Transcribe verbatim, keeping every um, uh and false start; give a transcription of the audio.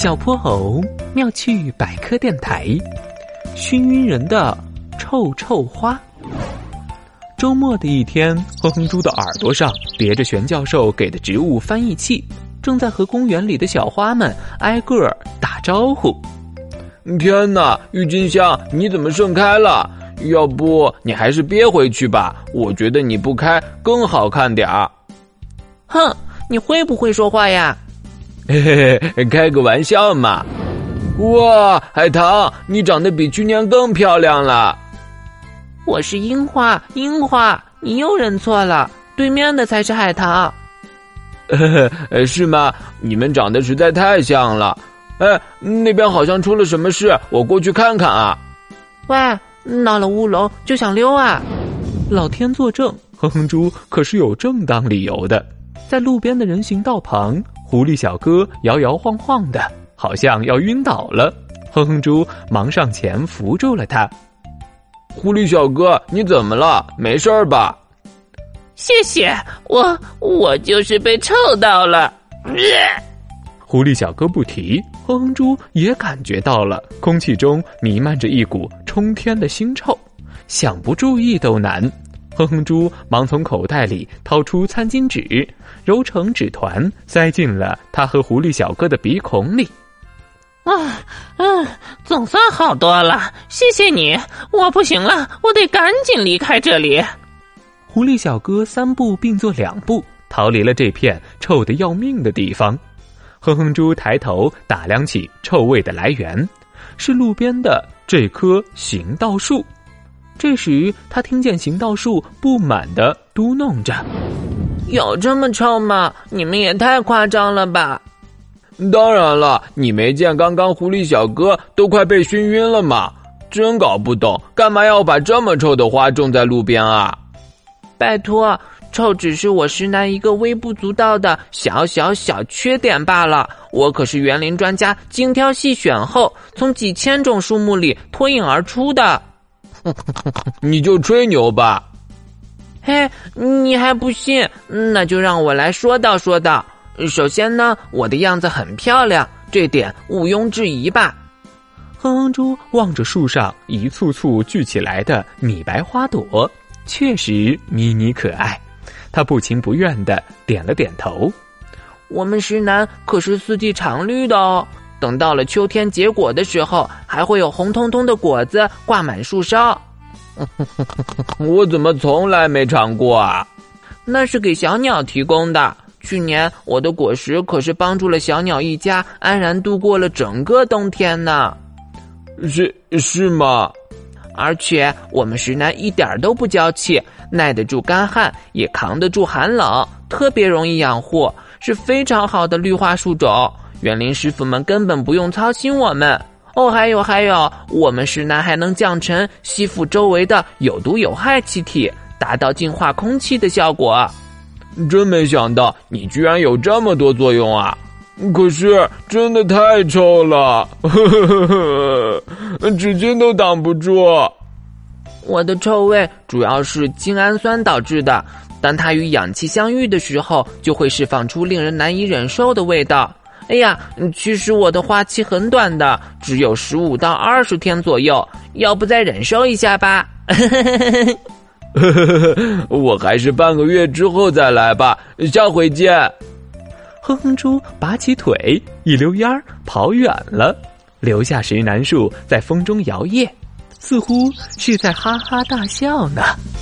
小泼猴妙趣百科电台，熏晕人的臭臭花。周末的一天，哼哼猪的耳朵上别着玄教授给的植物翻译器，正在和公园里的小花们挨个打招呼。 天哪，郁金香，你怎么盛开了？要不你还是憋回去吧，我觉得你不开更好看点儿。 哼，你会不会说话呀？ 嘿嘿嘿，开个玩笑嘛。哇，海棠，你长得比去年更漂亮了。 我是樱花，樱花，你又认错了，对面的才是海棠。 呃，是吗？你们长得实在太像了。哎，那边好像出了什么事，我过去看看啊。 喂，闹了乌龙就想溜啊？ 老天作证，哼哼猪可是有正当理由的。在路边的人行道旁，狐狸小哥摇摇晃晃的，好像要晕倒了。哼哼猪忙上前扶住了他。 狐狸小哥，你怎么了？没事吧？ 谢谢，我我就是被臭到了。 狐狸小哥不提，哼哼猪也感觉到了，空气中弥漫着一股冲天的腥臭，想不注意都难。哼哼猪忙从口袋里掏出餐巾纸，揉成纸团，塞进了他和狐狸小哥的鼻孔里。 啊，嗯，总算好多了，谢谢你。我不行了，我得赶紧离开这里。 狐狸小哥三步并作两步，逃离了这片臭得要命的地方。哼哼猪抬头打量起臭味的来源，是路边的这棵行道树。这时他听见行道树不满地嘟哝着： 有这么臭吗？你们也太夸张了吧。 当然了，你没见刚刚狐狸小哥都快被熏晕了吗？真搞不懂，干嘛要把这么臭的花种在路边啊？ 拜托，臭只是我石楠一个微不足道的小小小缺点罢了。我可是园林专家精挑细选后，从几千种树木里脱颖而出的。 你就吹牛吧。 嘿，你还不信？那就让我来说道说道。首先呢，我的样子很漂亮，这点毋庸置疑吧。 哼哼猪望着树上一簇簇聚起来的米白花朵，确实迷你可爱。他不情不愿地点了点头。 我们石楠可是四季常绿的哦，等到了秋天结果的时候，还会有红彤彤的果子挂满树梢。 我怎么从来没尝过啊？ 那是给小鸟提供的。去年我的果实可是帮助了小鸟一家安然度过了整个冬天呢。 是是吗？ 而且我们石楠一点都不娇气，耐得住干旱，也扛得住寒冷，特别容易养护，是非常好的绿化树种。园林师傅们根本不用操心我们。哦，还有还有，我们石楠还能降尘，吸附周围的有毒有害气体，达到净化空气的效果。 真没想到你居然有这么多作用啊！可是真的太臭了，纸巾都挡不住。 我的臭味主要是精氨酸导致的，当它与氧气相遇的时候，就会释放出令人难以忍受的味道。哎呀，其实我的花期很短的，只有十五到二十天左右，要不再忍受一下吧？ 我还是半个月之后再来吧，下回见。 哼哼猪拔起腿，一溜烟儿跑远了，留下石楠树在风中摇曳，似乎是在哈哈大笑呢。